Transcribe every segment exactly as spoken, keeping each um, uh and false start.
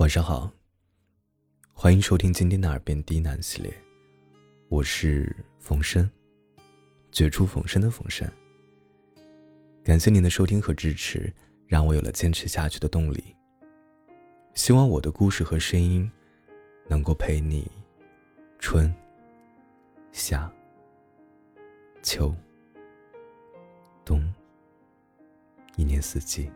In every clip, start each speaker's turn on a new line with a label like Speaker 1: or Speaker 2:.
Speaker 1: 晚上好，欢迎收听今天的耳边低喃系列，我是冯生，绝处逢生的冯生。感谢您的收听和支持，让我有了坚持下去的动力。希望我的故事和声音能够陪你春夏秋冬一年四季。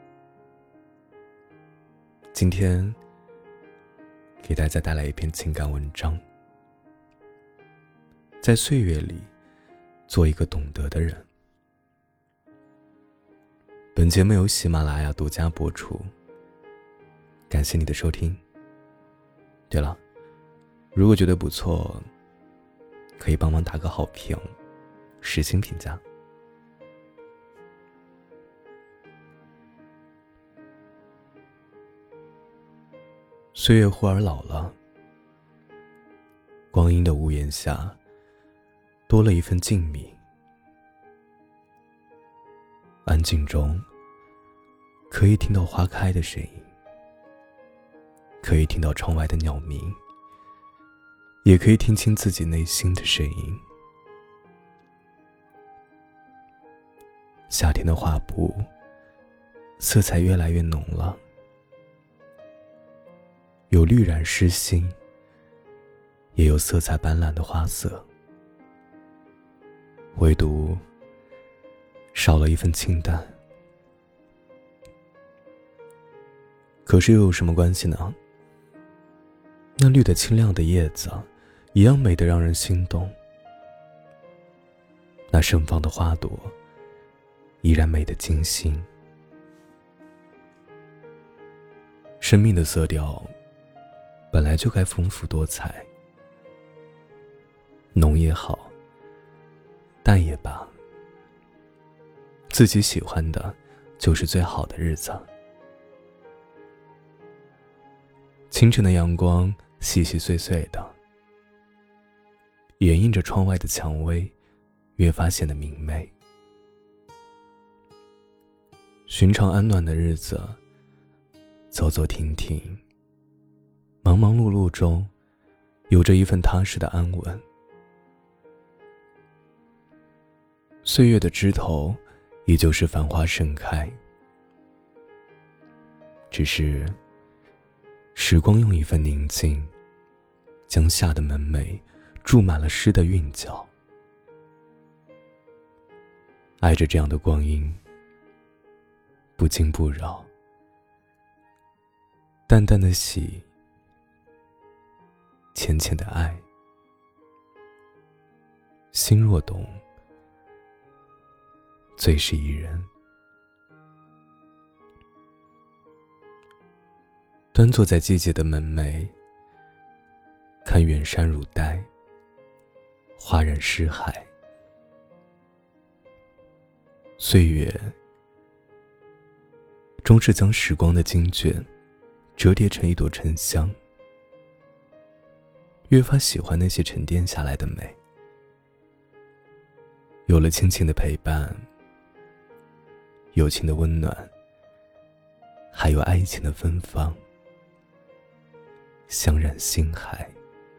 Speaker 1: 今天给大家带来一篇情感文章，在岁月里做一个懂得的人。本节目由喜马拉雅独家播出，感谢你的收听。对了，如果觉得不错，可以帮忙打个好评，十星评价。岁月忽而老了，光阴的屋檐下多了一份静谧。安静中可以听到花开的声音，可以听到窗外的鸟鸣，也可以听清自己内心的声音。夏天的画布色彩越来越浓了，有绿染诗心，也有色彩斑斓的花色，唯独少了一份清淡。可是又有什么关系呢？那绿得清亮的叶子一样美得让人心动，那盛放的花朵依然美得惊心。生命的色调本来就该丰富多彩，浓也好，淡也罢，自己喜欢的就是最好的日子。清晨的阳光细细碎碎的，掩映着窗外的蔷薇，越发显得明媚。寻常安暖的日子，走走停停，忙忙碌碌中有着一份踏实的安稳。岁月的枝头依旧是繁花盛开，只是时光用一份宁静将夏的门楣注满了诗的韵脚。爱着这样的光阴，不惊不扰，淡淡的喜，浅浅的爱，心若懂，最是一人。端坐在季节的门楣，看远山如黛，花染诗海。岁月终是将时光的经卷折叠成一朵沉香，越发喜欢那些沉淀下来的美。有了亲情的陪伴，友情的温暖，还有爱情的芬芳，相染心海。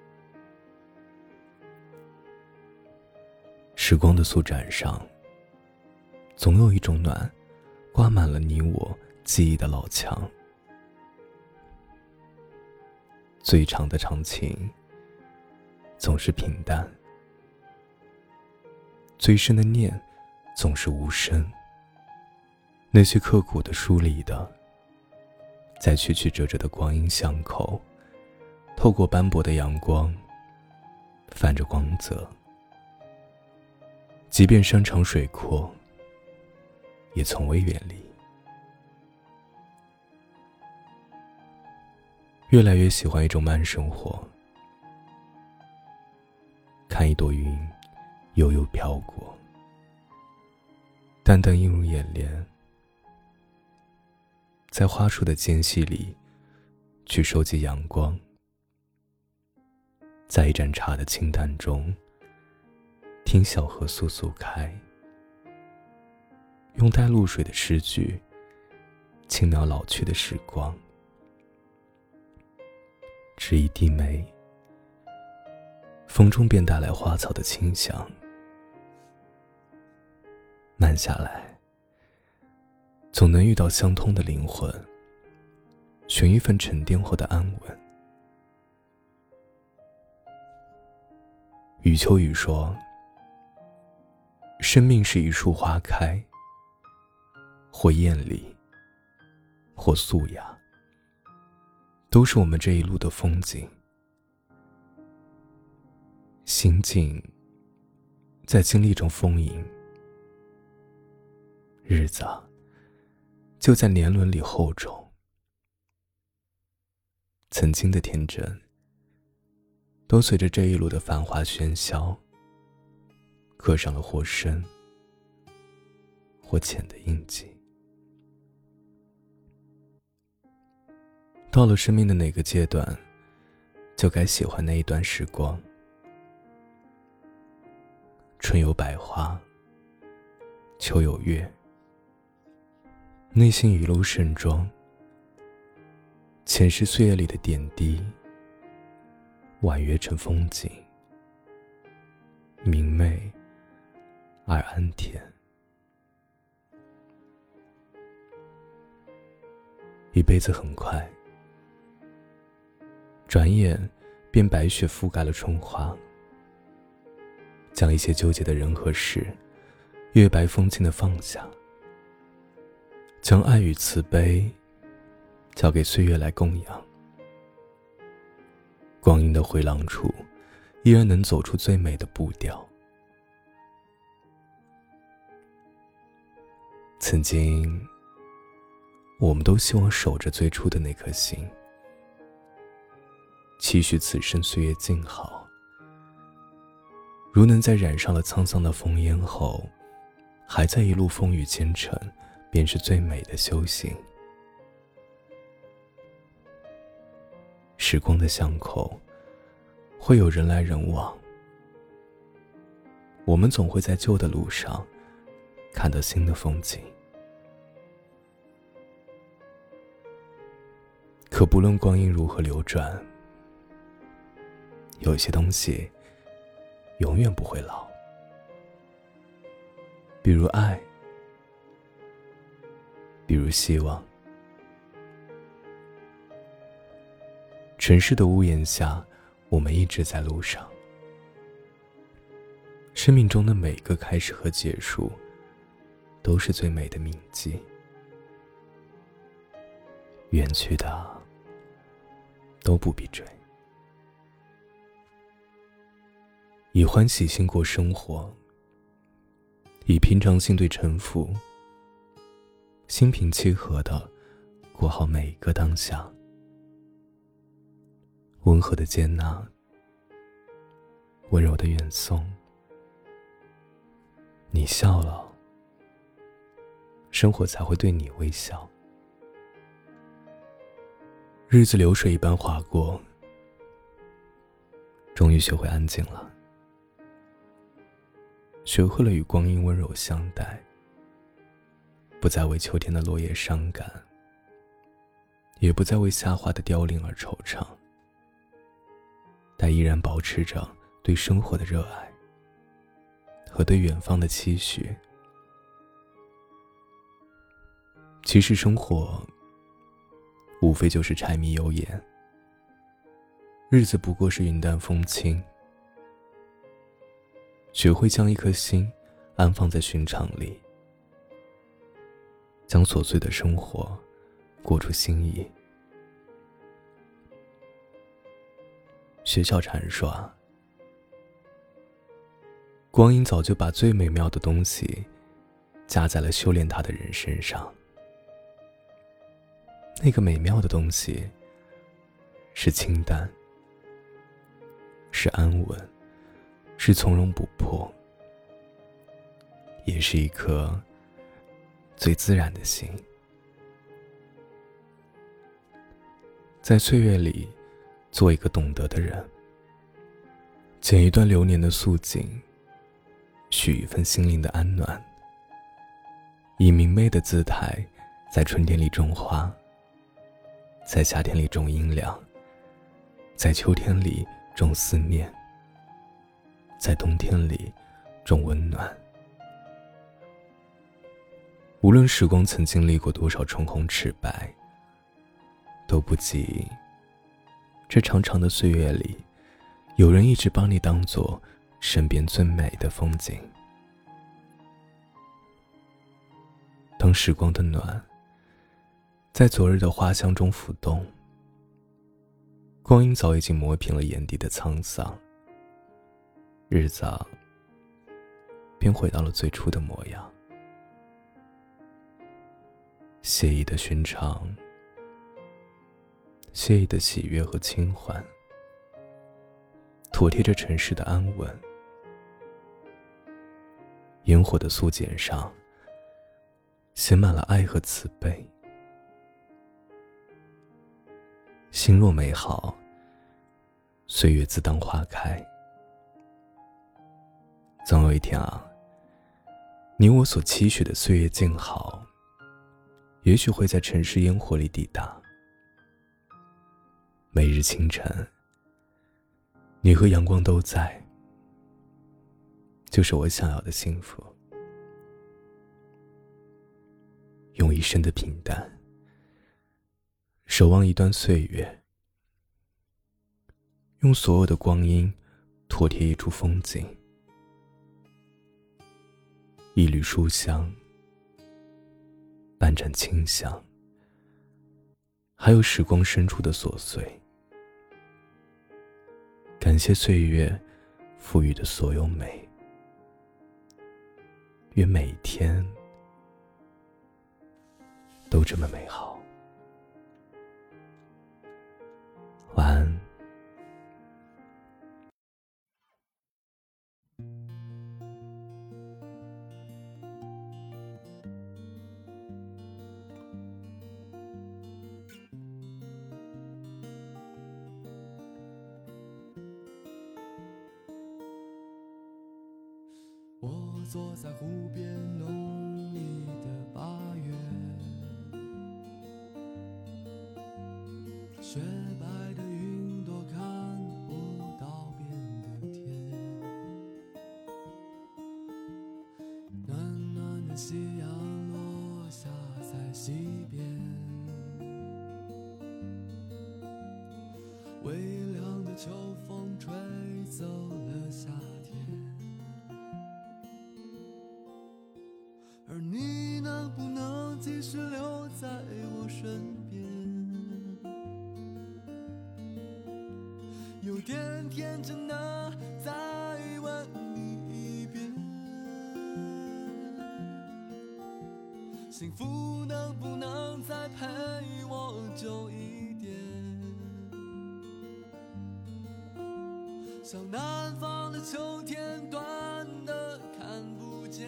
Speaker 1: 时光的素展上，总有一种暖挂满了你我记忆的老墙。最长的长情总是平淡，最深的念总是无声。那些刻骨的疏离的，在曲曲折折的光阴巷口，透过斑驳的阳光泛着光泽。即便山长水阔，也从未远离。越来越喜欢一种慢生活，看一朵云悠悠飘过，淡淡映入眼帘，在花树的间隙里去收集阳光，在一盏茶的清淡中听小河簌簌开，用带露水的诗句轻描老去的时光。 是一滴梅，风中便带来花草的清香。慢下来，总能遇到相通的灵魂，寻一份沉淀后的安稳。余秋雨说，生命是一树花开，或艳丽，或素雅，都是我们这一路的风景。心境在经历中丰盈，日子就在年轮里厚重。曾经的天真，都随着这一路的繁华喧嚣，刻上了或深或浅的印记。到了生命的哪个阶段，就该喜欢那一段时光。春有百花，秋有月，内心一路盛装，前世岁月里的点滴，婉约成风景，明媚而安恬。一辈子很快，转眼便白雪覆盖了春花，将一些纠结的人和事月白风轻地放下，将爱与慈悲交给岁月来供养。光阴的回廊处，依然能走出最美的步调。曾经我们都希望守着最初的那颗心，期许此生岁月静好。如能在染上了沧桑的烽烟后，还在一路风雨兼程，便是最美的修行。时光的巷口，会有人来人往，我们总会在旧的路上看到新的风景。可不论光阴如何流转，有些东西永远不会老，比如爱，比如希望。城市的屋檐下，我们一直在路上。生命中的每个开始和结束，都是最美的铭记。远去的都不必追，以欢喜心过生活，以平常心对沉浮，心平气和地过好每一个当下。温和的接纳，温柔的远送。你笑了，生活才会对你微笑。日子流水一般划过，终于学会安静了，学会了与光阴温柔相待，不再为秋天的落叶伤感，也不再为夏花的凋零而惆怅，但依然保持着对生活的热爱和对远方的期许。其实生活无非就是柴米油盐，日子不过是云淡风轻。学会将一颗心安放在寻常里，将琐碎的生活过出新意。薛晓禅说啊，光阴早就把最美妙的东西加在了修炼它的人身上。那个美妙的东西是清淡，是安稳，是从容不迫，也是一颗最自然的心。在岁月里做一个懂得的人，剪一段流年的素锦，许一份心灵的安暖，以明媚的姿态在春天里种花，在夏天里种阴凉， 在秋天里种思念，在冬天里种温暖。无论时光曾经历过多少春红赤白，都不及这长长的岁月里，有人一直把你当作身边最美的风景。当时光的暖在昨日的花香中浮动，光阴早已经磨平了眼底的沧桑，日子便回到了最初的模样。惬意的寻常，惬意的喜悦和轻缓，妥帖着尘世的安稳。烟火的素简上写满了爱和慈悲。心若美好，岁月自当花开。总有一天啊，你我所期许的岁月静好，也许会在尘世烟火里抵达。每日清晨，你和阳光都在，就是我想要的幸福。用一生的平淡守望一段岁月，用所有的光阴妥帖一处风景。一缕书香，半盏清香，还有时光深处的琐碎。感谢岁月赋予的所有美，愿每一天都这么美好。晚安。
Speaker 2: 我坐在湖边浓密的八月，雪白的云朵看不到边的天，暖暖的夕阳落下在西边，微凉的秋风吹走了夏天，而你能不能继续留在我身边，有点天真的再问你一遍，幸福能不能再陪我久一点，像南方的秋天短的看不见，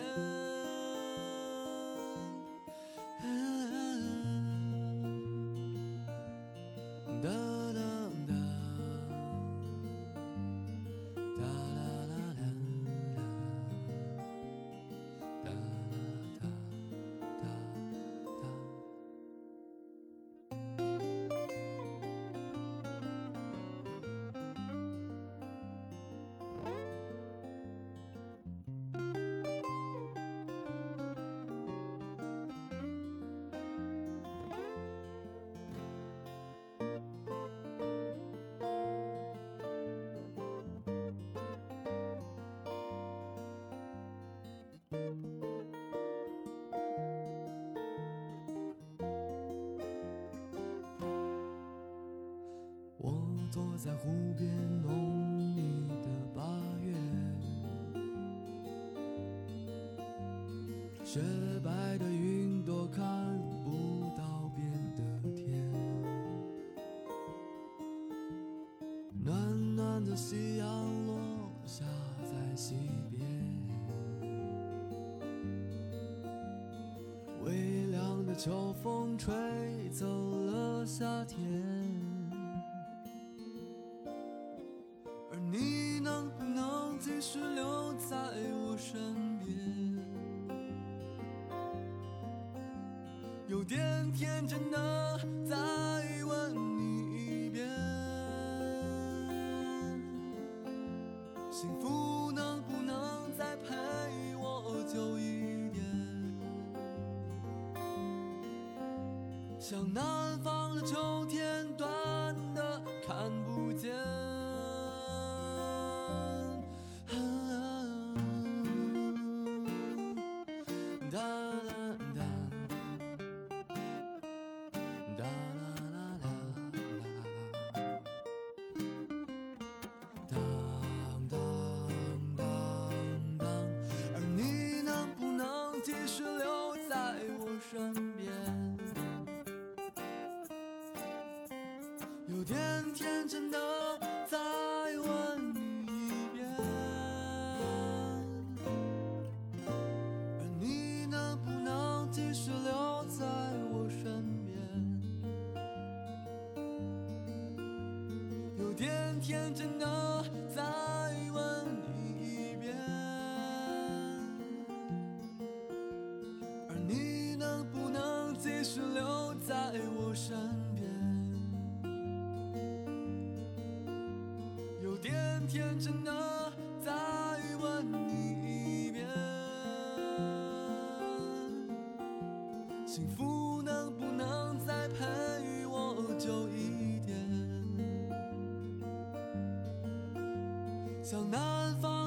Speaker 2: 我坐在湖边浓密的八月，雪白的云朵看不到边的天，暖暖的夕阳落下在西边，微凉的秋风吹走了夏天，而你能不能继续留在我身边，有点天真的再问你一遍， 幸福能不能再陪我久一点？像南方的秋天，短的看不见。哒啦哒，哒啦啦啦啦，当当当当，而你能不能继续留在我身边？有点天真的再问你一遍，而你能不能继续留在我身边？有点天真的再问你一遍，而你能不能继续留在我身边？有点天真的再问你一遍，幸福能不能再陪我久一点？像南方